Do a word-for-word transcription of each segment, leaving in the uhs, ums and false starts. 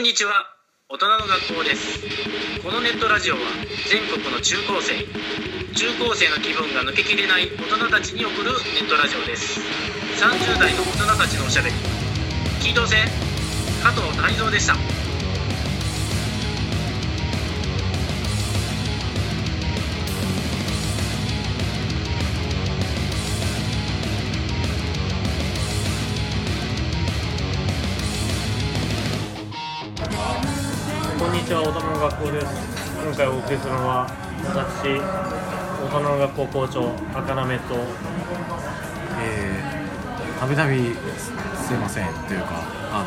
んにちは。大人の学校です。このネットラジオは全国の中高生中高生の気分が抜けきれない大人たちに送るネットラジオです。さんじゅう代の大人たちのおしゃべり聞いとせ。加藤泰造でした。 こんにちは、大人の学校です。今回お送りするのは私、大人の学校校長赤なめと、 えー、たびたびすいませんというか、あ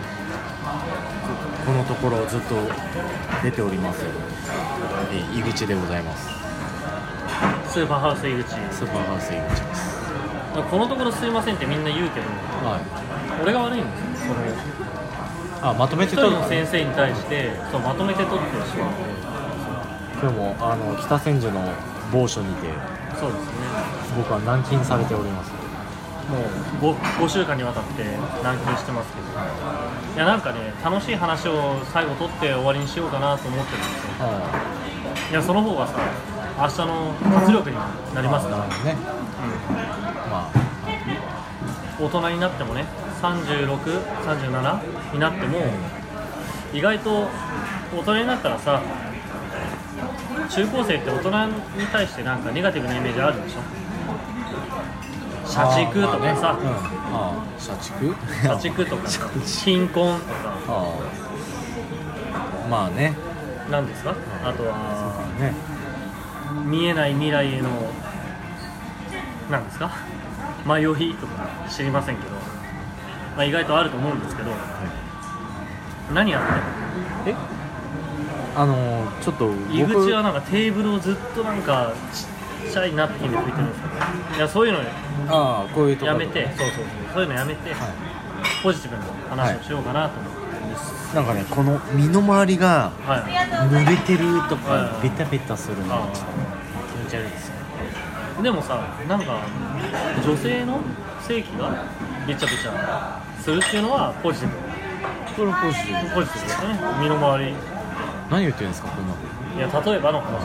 の こ, このところずっと出ております、えー、井口でございます。 スーパーハウス井口。 スーパーハウス井口です。 このところすいませんってみんな言うけど、 はい、 俺が悪いんですよ。そのあまとめて一撮る人の先生に対してそうまとめて撮ってしまうので。 今日もあの北千住の某所にてそうですね。 僕は軟禁されております。 もう 5, ごしゅうかんにわたって軟禁してますけど、いやなんかね、楽しい話を最後撮って終わりにしようかなと思ってるんですよ。 はいやその方がさ、明日の活力になりますから。 なるほどね。 うん、 まあ大人になってもね、さんじゅうろく、さんじゅうななになっても意外と大人になったらさ、中高生って大人に対してなんかネガティブなイメージあるでしょ。社畜とかさ、 ああ社畜社畜とか貧困とか、 ああまあね、 なんですか、あとはね、 見えない未来へのなんですか迷いとか知りませんけど、まあ、意外とあると思うんですけど、はい、何やってんの？ えあのー、ちょっと井口はなんかテーブルをずっとなんかちっちゃいナプキンで拭いてるんですよ。いやそういうのあこういうとこやめて、そうそうそう、そういうのやめて、はい、ポジティブな話をしようかなと思ってです、 はい、なんかね、この身の回りが濡れてるとか、 はい、 ベタベタするのが気持ち悪いですよ。 でもさ、なんか女性の性器がべちゃべちゃするっていうのはポジティブ。 これポジティブポジティブですね。身の回り。 何言ってるんですかこんな。 いや例えばの話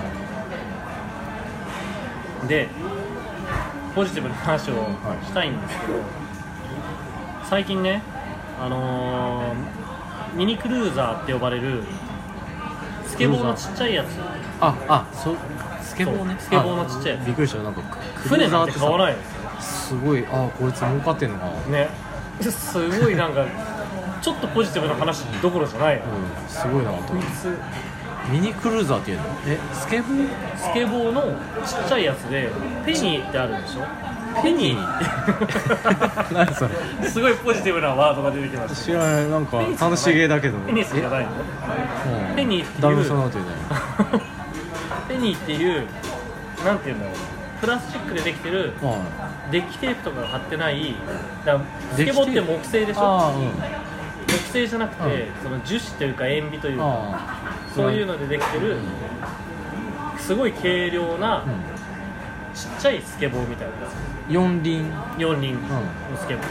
でポジティブな話をしたいんですけど、はい、最近ね、あのー、ミニクルーザーって呼ばれるスケボーのちっちゃいやつ。 ああそうスケボーね。 スケボーのちっちゃいやつ。 びっくりした。なんか船なんて買わないですよ。すごい、あこいつ儲かってんのかね。すごいなんかちょっとポジティブな話どころじゃないよ、 うん、すごいなと。 こいつミニクルーザーっていうの？えスケボー？ スケボーのちっちゃいやつでペニーってあるでしょ。ペニー何それ。 すごいポジティブなワードが出てきました。 知らない。なんか楽しげだけど。 ペニスじゃないの？ うん、 ペニーっていう。 誰もそんなこと言うないペニーっていうなんていうんだろう、プラスチックでできてる、デッキテープとかが貼ってない。だからスケボーって木製でしょ。 あ、うん、 木製じゃなくて、うん、その樹脂というか塩ビというか、そういうのでできてる、うん、すごい軽量な、うん、ちっちゃいスケボーみたいなやつ。 四輪四輪のスケボー、うん、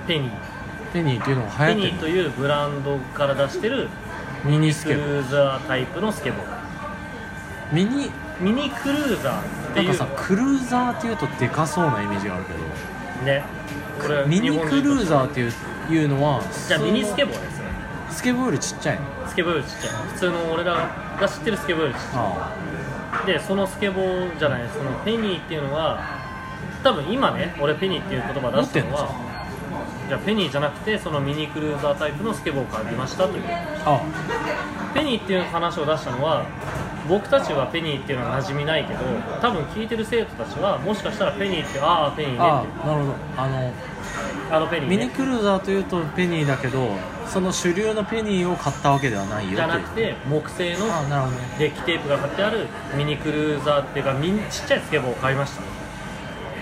ペニーペニーっていうのが流行ってる。 ペニーというブランドから出してるミニスケボー、クルーザータイプのスケボー。 ミニミニクルーザーっていうなんかさ、クルーザーっていうとでかそうなイメージがあるけどね。これミニクルーザーっていう、いうのはじゃあミニスケボーですよね。 スケボーよりちっちゃいの？ スケボーよりちっちゃい。普通の俺らが知ってるスケボーよりちっちゃい。でそのスケボーじゃない、そのペニーっていうのは多分今ね、俺ペニーっていう言葉出したのは、じゃあペニーじゃなくてそのミニクルーザータイプのスケボーを買いましたという。あペニーっていう話を出したのは、僕たちはペニーっていうのは馴染みないけど、多分聞いてる生徒たちはもしかしたらペニーって、ああペニーねって。 あなるほど。あのあのペニー、ね、 ミニクルーザーというとペニーだけど、その主流のペニーを買ったわけではないよ。 じゃなくて木製のデッキテープが貼ってあるミニクルーザーっていうか、ミニちっちゃいスケボーを買いました。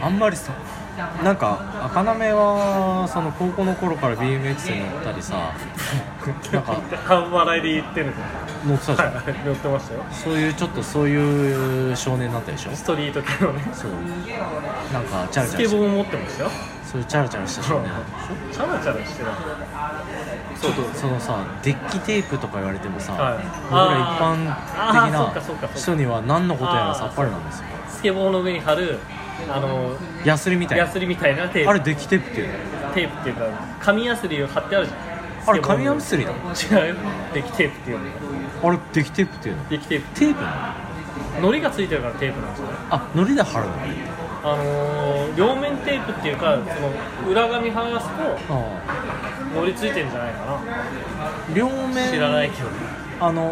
あんまりさ、なんか赤なめはその高校の頃から ビーエムエックス に乗ったりさなんか半笑いで言ってるんですよ。 乗ってたじゃん乗ってましたよ。 そういうちょっとそういう少年になったでしょ。 ストリート系のね。 そうなんかチャラチャラスケボー持ってましたよ。 そういうチャラチャラした少年なんでしょ。 チャラチャラしてない。 ちょっとそのさデッキテープとか言われてもさ、 はい、 僕ら一般的あーそうかそうかそうかな人には何のことやらさっぱりなんですよ。 スケボーの上に貼るあのヤスリみたいなヤスリみたいなテープ、 あれデッキテープっていうの？ テープっていうか紙ヤスリを貼ってあるじゃん。 あれ紙ヤスリだの？ 違うよ、デッキテープっていうの。 あれデッキテープっていうの？ デッキテープテープなの？ のりがついてるからテープなんですよね。 あ、のりで貼るの？ あのー、両面テープっていうかその裏紙剥がすとあのりついてるんじゃないかな。 あ両面知らないけどあの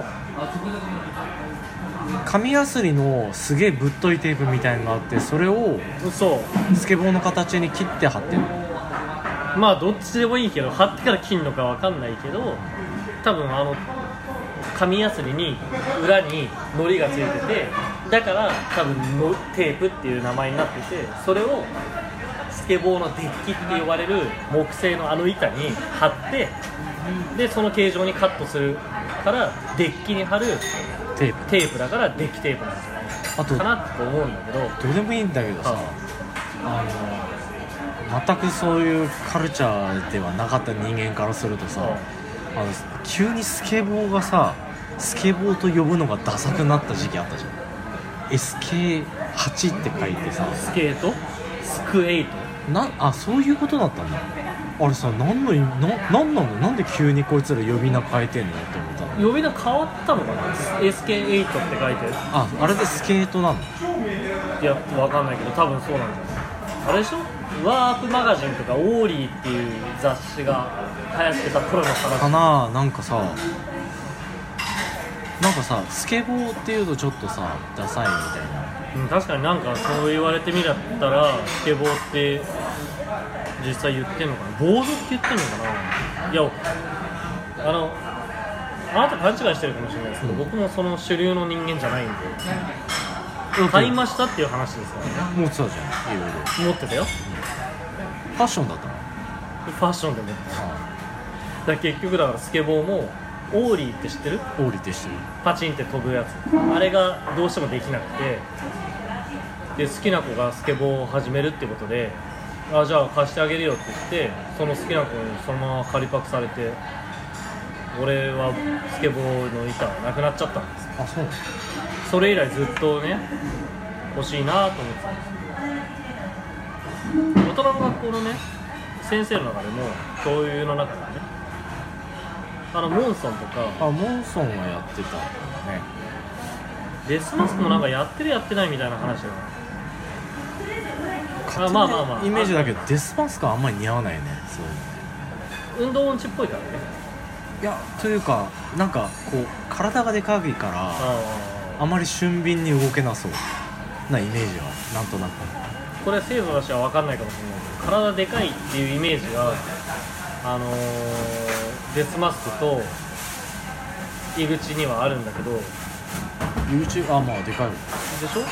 紙ヤスリのすげえぶっといテープみたいなのがあって、それをそうスケボーの形に切って貼ってるの。 まあどっちでもいいけど貼ってから切るのかわかんないけど、多分あの紙ヤスリに裏にのりがついてて、だから多分のテープっていう名前になってて、それをスケボーのデッキって呼ばれる木製のあの板に貼って、でその形状にカットするからデッキに貼るテープテープだからデッキテープなんじゃないあとかなと思うんだけど、 どうでもいいんだけどさ、 はあの全くそういうカルチャーではなかった人間からするとさ、 はあの急にスケボーがさスケボーと呼ぶのがダサくなった時期あったじゃん。 エスケーはち って書いてさ、 スケートスクエイトなあそういうことだったんだ。あれさ何の意味ななんなのなんで急にこいつら呼び名変えてんのって思ったの。 呼び名変わったのかな。 エスケーエイト って書いてる。 ああれでスケートなの？ いやわかんないけど多分そうなんじゃない。あれでしょ、ワープマガジンとかオーリーっていう雑誌が流行ってた頃の話かな。なんかさなんかさスケボーっていうとちょっとさダサいみたいな。 うん、確かになんかそう言われてみだったらスケボーって実際言ってんのかな。ボードって言ってんのかな。いやあのあなた勘違いしてるかもしれないですけど、うん、僕もその主流の人間じゃないんで、買いましたっていう話ですからね。 持ってたじゃんいろいろ。 持ってたよ、 ファッションだったの？ ファッションで持ってた。だから結局だからスケボーもオーリーって知ってる？ オーリーって知ってる。 パチンって飛ぶやつ、あれがどうしてもできなくて、で好きな子がスケボーを始めるってことで、あじゃあ貸してあげるよって言って、その好きな子にそのまま借りパクされて、俺はスケボーの板がなくなっちゃったんです。 あ、そう。 それ以来ずっとね欲しいなと思ってたんです。大人の学校のね先生の中でも教諭の中でね、あのモンソンとか、 あモンソンはやってたんだね。 デスマスクもなんかやってるやってないみたいな話だな。あまあまあまあイメージだけどデスマスクはあんまり似合わないね。そういうのね。 運動音痴っぽいからね。 いやというかなんかこう体がでかいから あ, あまり俊敏に動けなそうなイメージはなんとなく。 これ生徒たちは分かんないかもしれないけど、体でかいっていうイメージがあのー、デスマスクと井口にはあるんだけど。 井口あまあでかいでしょ、うん、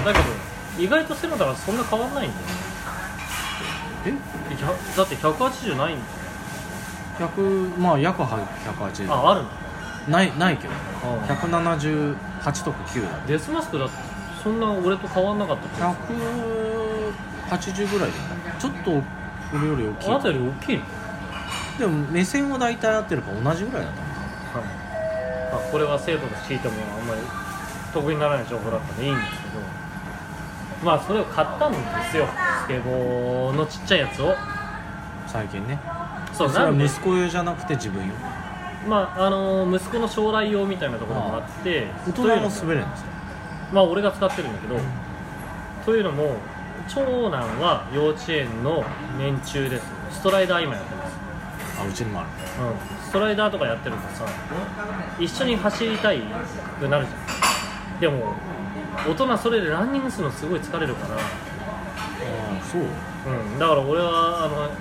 だけど意外と背の高さそんな変わんないんだよね。えだってひゃくはちじゅうないんだよ。 ひゃくまあ約ひゃくはちじゅうああるのないないけどああひゃくななじゅうはちとかきゅうだ。 デスマスクだってそんな俺と変わんなかったひゃくはちじゅうぐらいじゃない。ちょっと俺より大きい。 あなたより大きいの。 でも目線は大体合ってるから同じぐらいだと思う。 はいあこれは生徒たち聞いてもあんまり得にならない情報だったんでいいんですけど、まあそれを買ったんですよ、スケボーのちっちゃいやつを最近ね。 そうそれはなんで息子用じゃなくて自分用。 まああのー、息子の将来用みたいなところもあって大人も滑れるんですか。 まあ俺が使ってるんだけど、というのも長男は幼稚園の年中です。ストライダー今やってます。 あうちにもある。 うんストライダーとかやってるとさ一緒に走りたいくなるじゃん。でも大人それでランニングするのすごい疲れるから。 ああそう。 うんだから俺はあの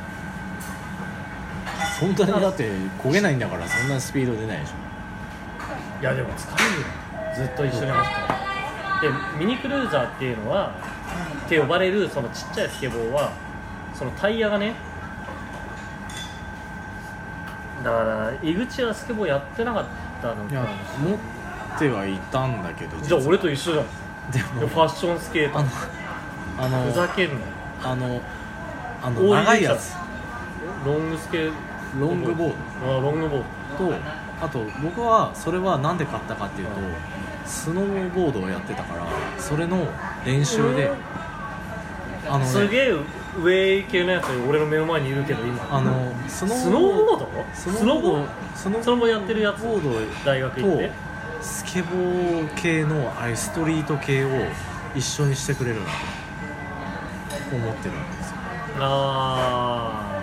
本当にだって焦げないんだからそんなスピード出ないでしょ。 いやでも疲れるよずっと一緒に走ってでミニクルーザーっていうのはって呼ばれるそのちっちゃいスケボーはそのタイヤがね、だから井口はスケボーやってなかったのか。 いや持ってはいたんだけどじゃあ俺と一緒じゃん。 でもファッションスケートあのあのふざけんなよ。 あのあの長いやつロングスケロングボーあロングボードと、あと僕はそれはなんで買ったかっていうと、スノーボードをやってたから、それの練習で、あのね、 すげえ上系のやつ俺の目の前にいるけど今あのスノスノーボードスノーボードスノーボードやってるやつボード大学行ってとスケボー系のああいうストリート系を一緒にしてくれるなと思ってるわけですよ。 あ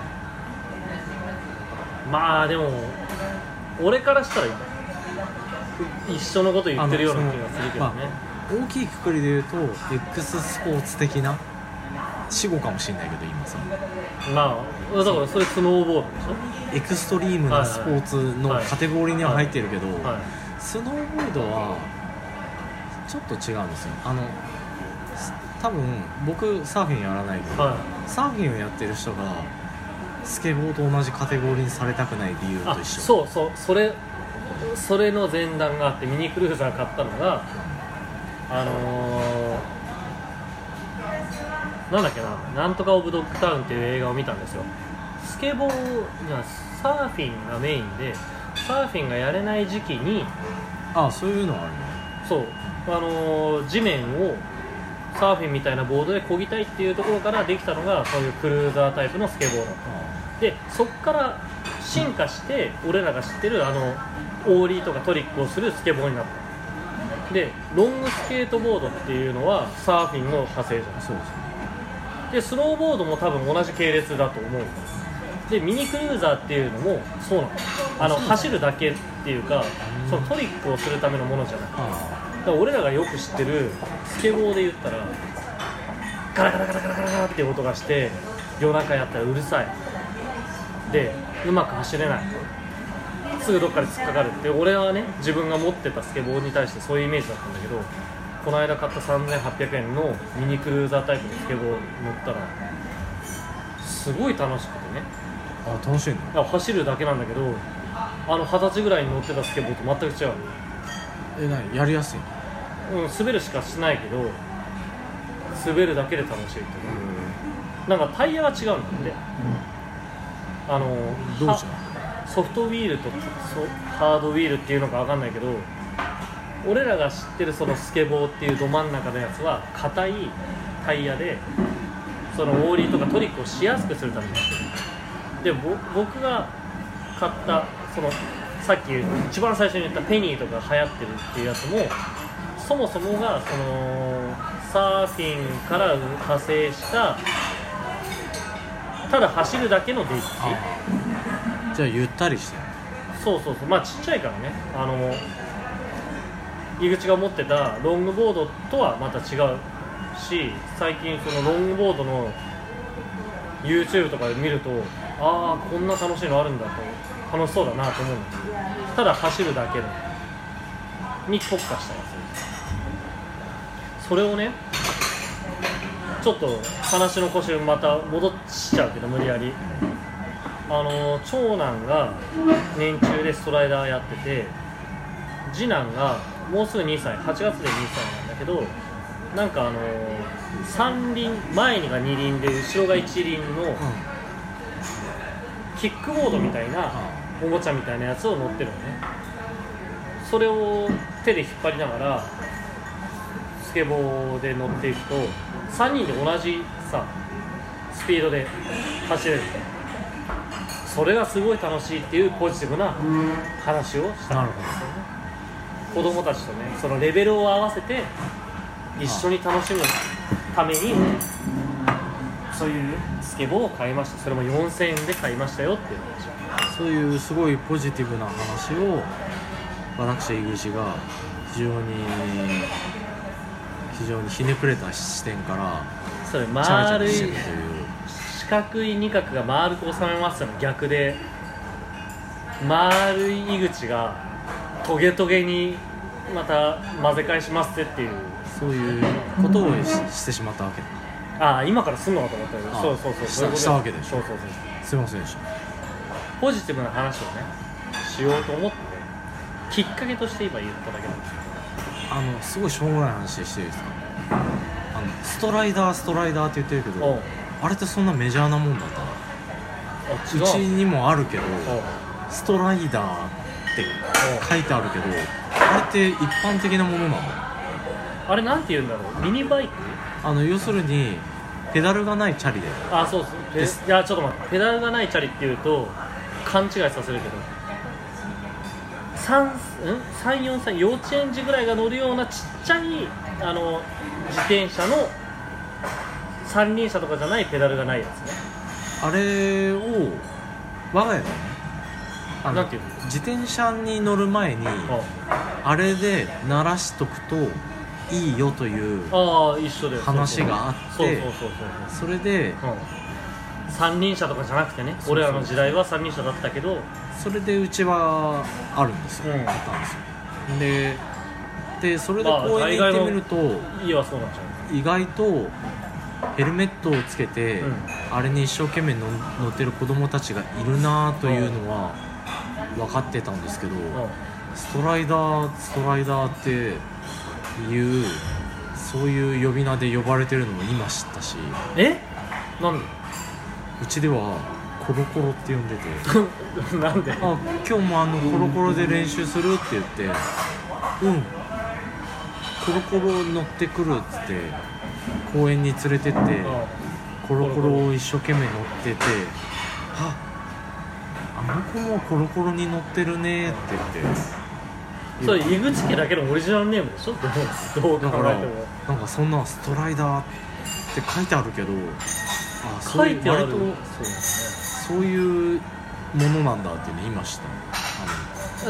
ーまあでも俺からしたら一緒のこと言ってるような気がするけどね、 まあ、大きいくくりで言うと X スポーツ的な死後かもしれないけど今さ、 まあだからそれスノーボードでしょ。 エクストリームなスポーツのカテゴリーには入ってるけど、 はいはいはい、 スノーボードはちょっと違うんですよ。あの多分僕サーフィンやらないけど、はい、サーフィンをやってる人がスケボーと同じカテゴリーにされたくない理由と一緒。 そうそう、それそれの前段があって、ミニクルーザー買ったのがあのー、なんだっけな、なんとかオブドッグタウンっていう映画を見たんですよ。スケボーじゃサーフィンがメインで、サーフィンがやれない時期に、 ああそういうのあるね。 そう、あのー、地面をサーフィンみたいなボードで漕ぎたいっていうところからできたのがそういうクルーザータイプのスケボーだった。でそこから進化して俺らが知ってるあのオーリーとかトリックをするスケボーになった。でロングスケートボードっていうのはサーフィンの派生じゃない。 そうですね。 でスノーボードも多分同じ系列だと思う。でミニクルーザーっていうのもそうなの。あの走るだけっていうか、そのトリックをするためのものじゃない。だから俺らがよく知ってるスケボーで言ったらガラガラガラガラガラガラって音がして夜中やったらうるさいでうまく走れない、すぐどっかで突っかかるって、俺はね自分が持ってたスケボーに対してそういうイメージだったんだけど、この間買ったさんぜんはっぴゃくえんのミニクルーザータイプのスケボー乗ったらすごい楽しくてね。 あ楽しいの。 走るだけなんだけど、あのはたちぐらいに乗ってたスケボーと全く違う。 え、何やりやすいの？ うん、滑るしかしないけど滑るだけで楽しいっていう、なんかタイヤが違うんだって、うん、あのどう違う？ ソフトウィールとハードウィールっていうのか分かんないけど、俺らが知ってるそのスケボーっていうど真ん中のやつは硬いタイヤで、そのオーリーとかトリックをしやすくするためにやってる。で僕が買ったそのさっき一番最初に言ったペニーとか流行ってるっていうやつも、そもそもがそのサーフィンから派生したただ走るだけのデッキ。 じゃあゆったりしてる。 そうそうそう、まあちっちゃいからね、あの井口が持ってたロングボードとはまた違うし、最近そのロングボードの YouTube とかで見ると、ああこんな楽しいのあるんだと、楽しそうだなと思うんだけど、ただ走るだけのに特化したやつ、それをねちょっと話の腰また戻っちゃうけど無理やり、あの長男が年中でストライダーやってて、次男がもうすぐにさい、はちがつでにさいなんだけど、なんかあのさん輪、前にがに輪で後ろがいち輪のキックボードみたいなおもちゃみたいなやつを乗ってるのね。それを手で引っ張りながらスケボーで乗っていくとさんにんで同じさスピードで走れる。それがすごい楽しいっていうポジティブな話をしたんですよね。子供たちとね、そのレベルを合わせて一緒に楽しむためにそういうスケボーを買いました。それもよんせんえんで買いましたよっていう話。 そういうすごいポジティブな話を私井口が非常に非常にひねくれた視点からそれ丸い四角い二角が丸く収めますの逆で、丸い井口がトゲトゲにまた混ぜ返しますっていう、 そういうことを し, してしまったわけだ。 ああ今からすんのかと思ったけど、そうそうそうした、したわけでしょ。 そうそうそう、 すいませんでした。 ポジティブな話をねしようと思ってきっかけとして今言っただけなんですよ。 あのすごいしょうもない話していいですか。あのストライダーストライダーって言ってるけど、あれってそんなメジャーなもんだったの？ 違ううちにもあるけどおストライダーって書いてあるけど、あれって一般的なものなの？ あれなんて言うんだろう、ミニバイク。 あの要するにペダルがないチャリで。 あ、そうです。いやちょっと待って、ペダルがないチャリっていうと勘違いさせるけど、さん、さん、よんさい幼稚園児ぐらいが乗るようなちっちゃいあの自転車の三輪車とかじゃないペダルがないやつね。 あれを我が家でね、あのなんていうの？ 自転車に乗る前にあれで鳴らしとくといいよというああ、一緒で話があって、 そうそうそうそうそれでうん、三輪車とかじゃなくてね、俺らの時代は三輪車だったけど、 それでうちはあるんですよ、 うんあったんですよ。ででそれで公園に行ってみると、 家はそうなっちゃう。 意外とヘルメットをつけて、 うんあれに一生懸命の乗ってる子供たちがいるなというのは分かってたんですけど、 うんストライダーストライダーっていうそういう呼び名で呼ばれてるのも今知ったし、 えなんでうちではコロコロって呼んでてなんであ、今日もあのコロコロで練習するって言ってうんコロコロ乗ってくるっつって公園に連れてってコロコロを一生懸命乗ってて、あ、あの子もコロコロに乗ってるねって言って、 それ井口家だけのオリジナルネームでしょ。どうどうだから考えてもなんかそんなストライダーって書いてあるけど、あ、そういう書いてある。 割とそうだね。 そういうものなんだってね今知った。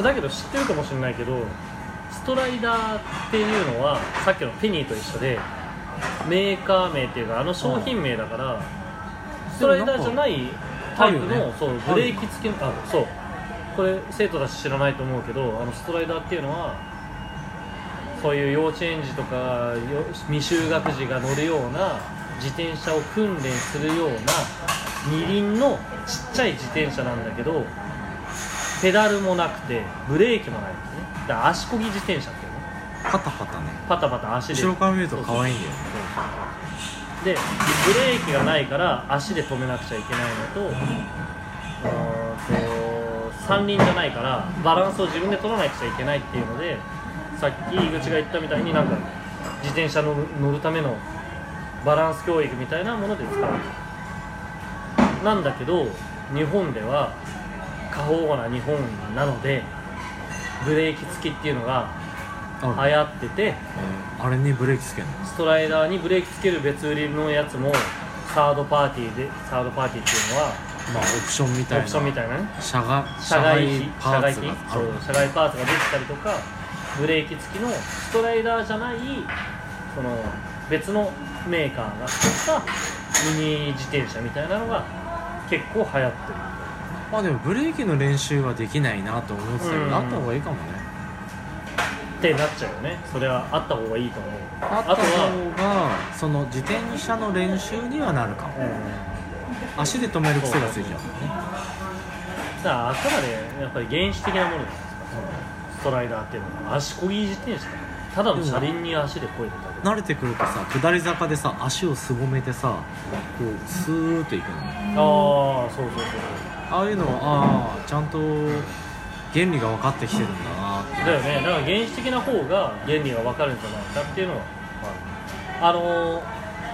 だけど知ってるかもしれないけど、ストライダーっていうのはさっきのペニーと一緒でメーカー名っていうかあの商品名だから、ストライダーじゃないタイプの、 ね、 そうブレーキ付きの、あ、そうこれ生徒たち知らないと思うけど、あのストライダーっていうのはそういう幼稚園児とか未就学児が乗るような自転車を訓練するような二輪のちっちゃい自転車なんだけど、ペダルもなくてブレーキもないんですね。だから足漕ぎ自転車っていうの、 パタパタね、 パタパタ足で後ろから見ると可愛いんだよね。 でブレーキがないから足で止めなくちゃいけないのと、うーんと三輪じゃないからバランスを自分で取らなくちゃいけないっていうので、さっき井口が言ったみたいになんか自転車の乗るためのバランス教育みたいなもので使うなんだけど、日本では過保護な日本なのでブレーキ付きっていうのが流行ってて、 あれにブレーキつけるの？ ストライダーにブレーキつける別売りのやつもサードパーティーで、サードパーティーっていうのはまあオプションみたいな、 オプションみたいなね、 社外社外パーツがある。 そう社外パーツができたりとか、ブレーキ付きのストライダーじゃないその別のメーカーが作ったミニ自転車みたいなのが結構流行ってる。 まあでもブレーキの練習はできないなと思ってたけど、 うんあった方がいいかもね。 ってなっちゃうよね。それはあった方がいいと思う。 あった方がその自転車の練習にはなるかも。足で止める癖がついちゃうもんね。 だからあくまでやっぱり原始的なものじゃないですか、ストライダーっていうのは足漕ぎ自転車だから、ただの車輪に足で漕いでただけ。 慣れてくるとさ、下り坂でさ足をすぼめてさこうスーッといくのね。 ああ、そうそうそうそう。 ああいうのはああちゃんと原理が分かってきてるんだなって。 だよね。だから原始的な方が原理が分かるんじゃないかっていうのは、まあ、あのー、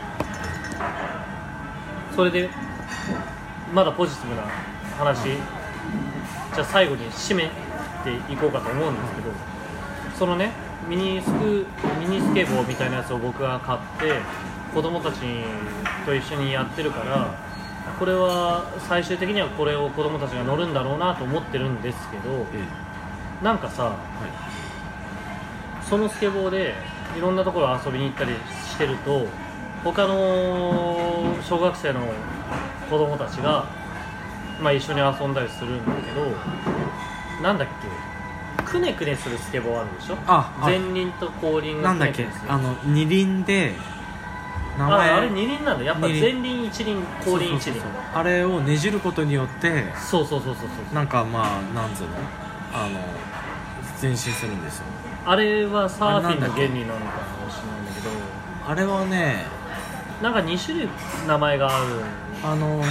それでまだポジティブな話、うん、じゃあ最後に締めていこうかと思うんですけど、そのねミニスクミニスケボーみたいなやつを僕が買って子供たちと一緒にやってるから、これは最終的にはこれを子供たちが乗るんだろうなと思ってるんですけど、 ええ、 なんかさ、はい、そのスケボーでいろんなところ遊びに行ったりしてると他の小学生の子供たちが、まあ、一緒に遊んだりするんだけど、なんだっけ、くねくねするスケボーあるでしょ。 ああ、 前輪と後輪がくねくねする。 なんだっけ、あの二輪で名前 あ, あれ二輪なんだ。やっぱ前輪一輪後輪一輪、 そうそうそうそう、あれをねじることによってそうそうそうそうそう、 なんかまあなんつうの、あの前進するんですよ。 あれはサーフィンの原理なのかもしれないんだけど、 あれはね、 なんかに種類名前がある。 あの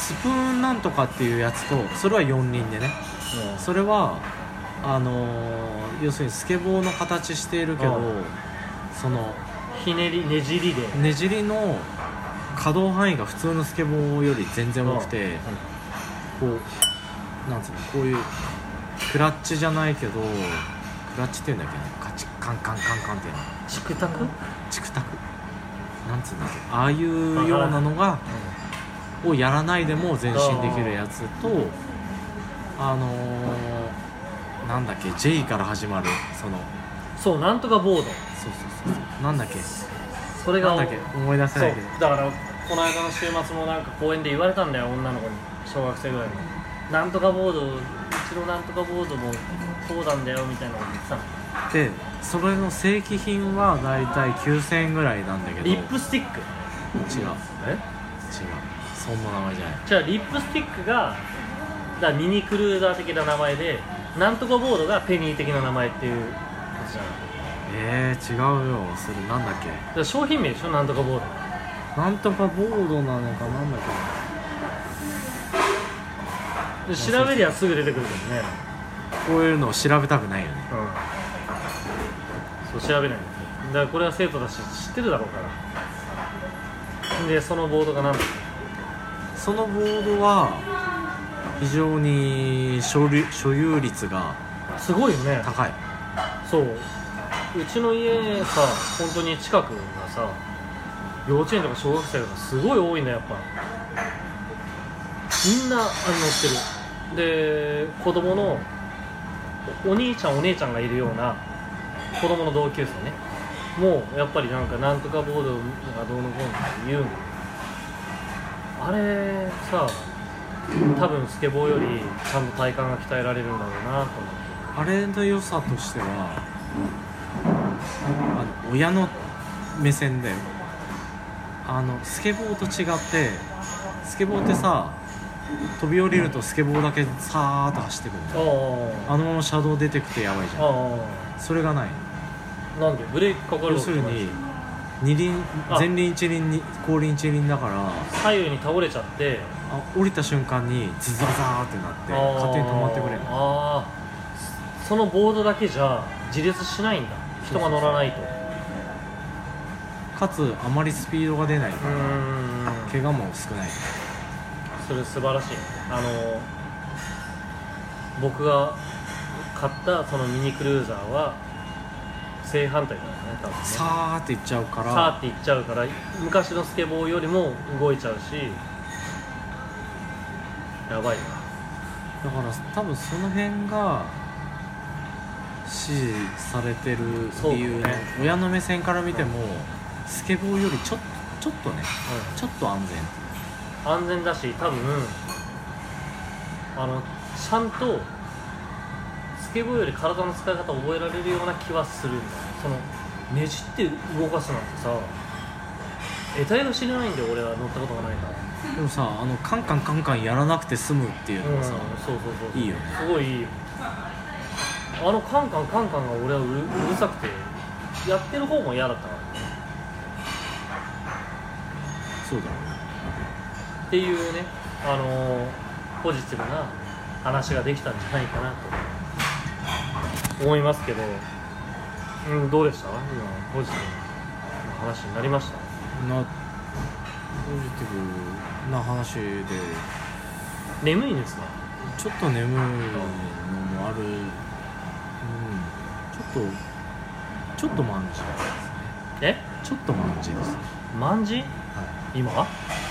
スプーンなんとかっていうやつと、それはよん輪でね、 うん、 それはあのー、要するにスケボーの形しているけど、 うん、そのひねりねじりでねじりの可動範囲が普通のスケボーより全然多くて、うん、こうなんつうの、こういうクラッチじゃないけど、クラッチっていうんだっけな、カチカンカンカンカンっていうの、 チクタクチクタクなんつうんだっけ、ああいうようなのが、うん、をやらないでも前進できるやつと、あのー、なんだっけ J から始まるそのそうなんとかボード、そうそうそうなんだっけ、 それがなんだっけ思い出せないけど、 そうだからこの間の週末もなんか公園で言われたんだよ、女の子に、小学生ぐらいのなんとかボード、うちのなんとかボードもこうなんだよみたいなこと言ってたので、それの正規品はだいたいきゅうせんえんぐらいなんだけど、 リップスティック違うえ違うそんな名前じゃない。 じゃあリップスティックがだミニクルーザー的な名前で、なんとかボードがペニー的な名前っていうやつじゃない。 えー、違うよ、それなんだっけ、 だから商品名でしょ、なんとかボード、 なんとかボードなのかなんだっけ、 で調べりゃすぐ出てくるけどね、 こういうのを調べたくないよね。 うん、そう調べないんですよ。だからこれは生徒だし知ってるだろうから。でそのボードが何だっけ、 そのボードは非常に所有、所有率がすごいよね。 高い。 そう、うちの家さ、本当に近くがさ、幼稚園とか小学生がすごい多いんだよ、やっぱみんなあの乗ってる。で子供のお兄ちゃんお姉ちゃんがいるような子供の同級生ね、もうやっぱりなんかなんとかボードがどうのこうのって言うんだよ。あれさ、多分スケボーよりちゃんと体幹が鍛えられるんだろうなと思って。 あれの良さとしては、あの親の目線だよ。あのスケボーと違って、スケボーってさ、飛び降りるとスケボーだけさーっと走ってくるんだよ。あのまま車道出てくてやばいじゃん。それがない。 なんでブレーキかかる。 要するに二輪、前輪一輪に後輪一輪だから、 左右に倒れちゃって、 あ降りた瞬間にズザザーってなって勝手に止まってくれる。 ああ、そのボードだけじゃ自立しないんだ、人が乗らないと。 かつあまりスピードが出ないから、 うーん、 怪我も少ない。 それ素晴らしい。あの僕が買ったそのミニクルーザーは正反対だよね、多分ね。 さーっていっちゃうから、 さーっていっちゃうから昔のスケボーよりも動いちゃうし、やばいな。 だから多分その辺が支持されてる理由ね。親の目線から見てもスケボーよりちょっとちょっとね、うん、ちょっと安全安全だし、多分あのちゃんとスケボーより体の使い方を覚えられるような気はするんだよ。そのねじって動かすなんてさ、得体が知れないんだよ、俺は乗ったことがないから。 でもさ、あのカンカンカンカンやらなくて済むっていうのがさ、うん、 そうそうそう、 いいよね。 すごいいいよ。あのカンカンカンカンが俺は う, うるさくてやってる方も嫌だったからね。 そうだねっていうね、あのー、ポジティブな話ができたんじゃないかなと思いますけど、うん、どうでした？今ポジティブな話になりました？ なポジティブな話で眠いんですか？ ちょっと眠いのもある、うん、ちょっとちょっとマンジですね。 え？ ちょっとマンジですね。 マンジ？ はい、 今？はい、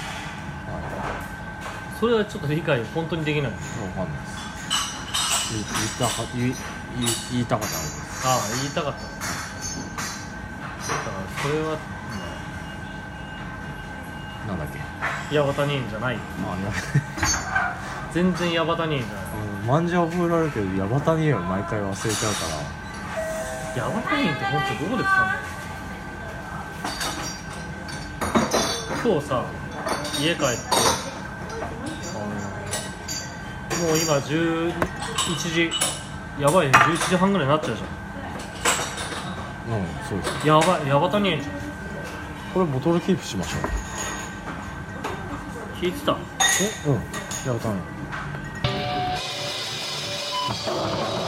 それはちょっと理解本当にできない。わかんないです。言ったか言い言いたかったです。 ああ、言いたかった。だからそれはなんだっけ？ ヤバタニーンじゃない。 まあね。 全然ヤバタニーンじゃない。 うん、マンジは覚えられるけどヤバタニーンは毎回忘れちゃうから。 ヤバタニーンって本当どこで使うの？今日さ、家帰って、あのもう今じゅういちじ、やばいね、じゅういちじはんぐらいになっちゃうじゃん。 うん、そうです。 やばい、ヤバタニーンじゃん。 これボトルキープしましょう。 聞いてた？ えうんやるため